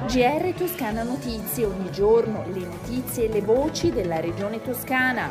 GR Toscana Notizie, ogni giorno le notizie e le voci della regione toscana.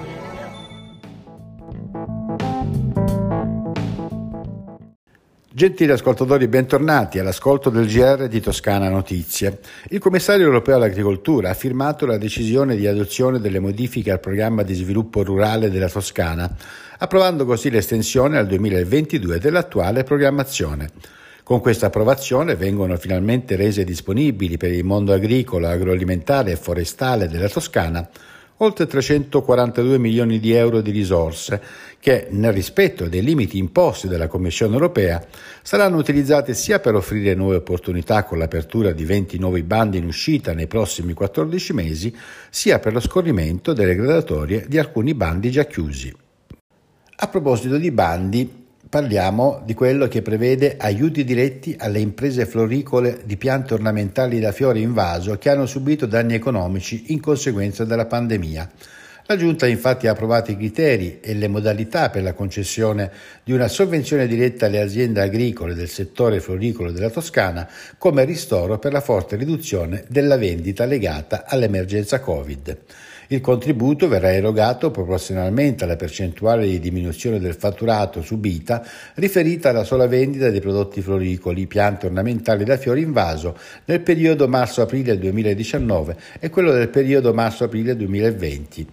Gentili ascoltatori, bentornati all'ascolto del GR di Toscana Notizie. Il commissario europeo all'agricoltura ha firmato la decisione di adozione delle modifiche al programma di sviluppo rurale della Toscana, approvando così l'estensione al 2022 dell'attuale programmazione. Con questa approvazione vengono finalmente rese disponibili per il mondo agricolo, agroalimentare e forestale della Toscana oltre 342 milioni di euro di risorse che, nel rispetto dei limiti imposti dalla Commissione europea, saranno utilizzate sia per offrire nuove opportunità con l'apertura di 20 nuovi bandi in uscita nei prossimi 14 mesi, sia per lo scorrimento delle graduatorie di alcuni bandi già chiusi. A proposito di bandi, parliamo di quello che prevede aiuti diretti alle imprese floricole di piante ornamentali da fiori in vaso che hanno subito danni economici in conseguenza della pandemia. La Giunta infatti ha approvato i criteri e le modalità per la concessione di una sovvenzione diretta alle aziende agricole del settore floricolo della Toscana come ristoro per la forte riduzione della vendita legata all'emergenza Covid. Il contributo verrà erogato proporzionalmente alla percentuale di diminuzione del fatturato subita riferita alla sola vendita dei prodotti floricoli, piante ornamentali da fiori in vaso nel periodo marzo-aprile 2019 e quello del periodo marzo-aprile 2020.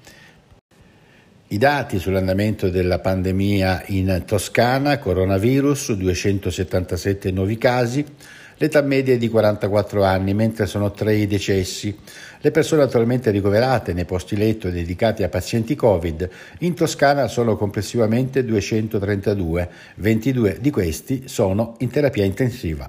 I dati sull'andamento della pandemia in Toscana: coronavirus, 277 nuovi casi, l'età media è di 44 anni, mentre sono 3 i decessi. Le persone attualmente ricoverate nei posti letto dedicati a pazienti Covid in Toscana sono complessivamente 232, 22 di questi sono in terapia intensiva.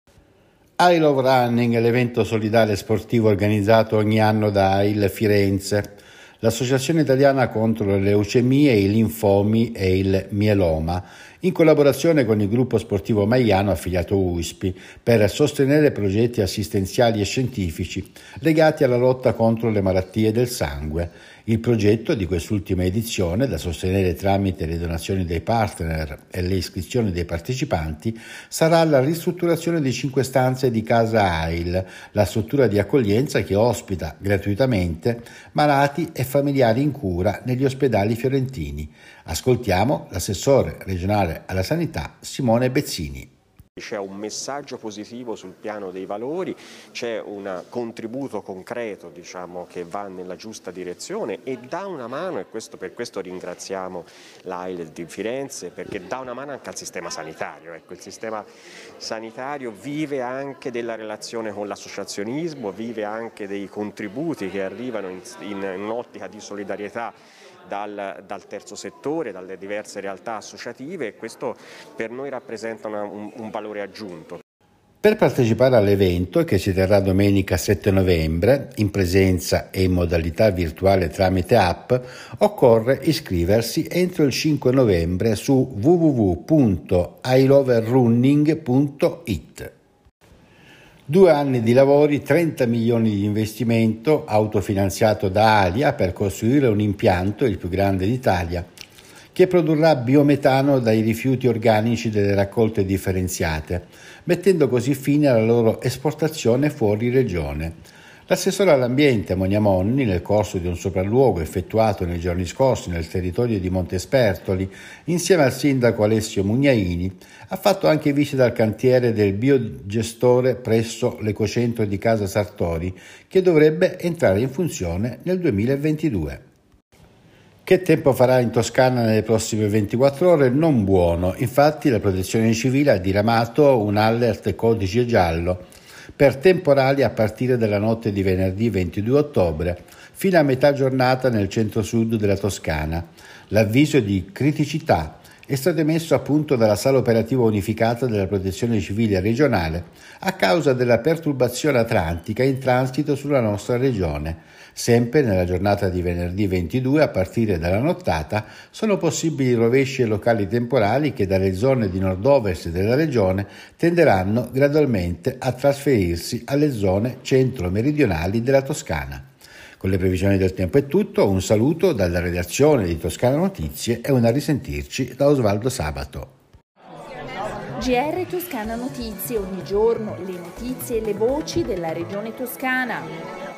I Love Running è l'evento solidale sportivo organizzato ogni anno da AIL Firenze, l'Associazione Italiana contro le leucemie, i linfomi e il mieloma, in collaborazione con il gruppo sportivo Maiano affiliato UISPI, per sostenere progetti assistenziali e scientifici legati alla lotta contro le malattie del sangue. Il progetto di quest'ultima edizione, da sostenere tramite le donazioni dei partner e le iscrizioni dei partecipanti, sarà la ristrutturazione di 5 stanze di Casa AIL, la struttura di accoglienza che ospita gratuitamente malati e familiari in cura negli ospedali fiorentini. Ascoltiamo l'assessore regionale alla sanità Simone Bezzini. C'è un messaggio positivo sul piano dei valori, c'è un contributo concreto che va nella giusta direzione e dà una mano, e per questo ringraziamo l'AIL di Firenze, perché dà una mano anche al sistema sanitario. Il sistema sanitario vive anche della relazione con l'associazionismo, vive anche dei contributi che arrivano in un'ottica di solidarietà dal terzo settore, dalle diverse realtà associative, e questo per noi rappresenta un valore aggiunto. Per partecipare all'evento, che si terrà domenica 7 novembre, in presenza e in modalità virtuale tramite app, occorre iscriversi entro il 5 novembre su www.iloverrunning.it. 2 anni di lavori, 30 milioni di investimento autofinanziato da Alia per costruire un impianto, il più grande d'Italia, che produrrà biometano dai rifiuti organici delle raccolte differenziate, mettendo così fine alla loro esportazione fuori regione. L'assessore all'ambiente Monia Monni, nel corso di un sopralluogo effettuato nei giorni scorsi nel territorio di Montespertoli, insieme al sindaco Alessio Mugnaini, ha fatto anche visita al cantiere del biogestore presso l'ecocentro di Casa Sartori, che dovrebbe entrare in funzione nel 2022. Che tempo farà in Toscana nelle prossime 24 ore? Non buono. Infatti la Protezione Civile ha diramato un alert codice giallo per temporali a partire dalla notte di venerdì 22 ottobre fino a metà giornata nel centro-sud della Toscana. L'avviso di criticità è stato emesso appunto dalla Sala Operativa Unificata della Protezione Civile regionale a causa della perturbazione atlantica in transito sulla nostra regione. Sempre nella giornata di venerdì 22, a partire dalla nottata, sono possibili rovesci e locali temporali che dalle zone di nord-ovest della regione tenderanno gradualmente a trasferirsi alle zone centro-meridionali della Toscana. Con le previsioni del tempo è tutto, un saluto dalla redazione di Toscana Notizie e un a risentirci da Osvaldo Sabato. GR Toscana Notizie, ogni giorno le notizie e le voci della regione toscana.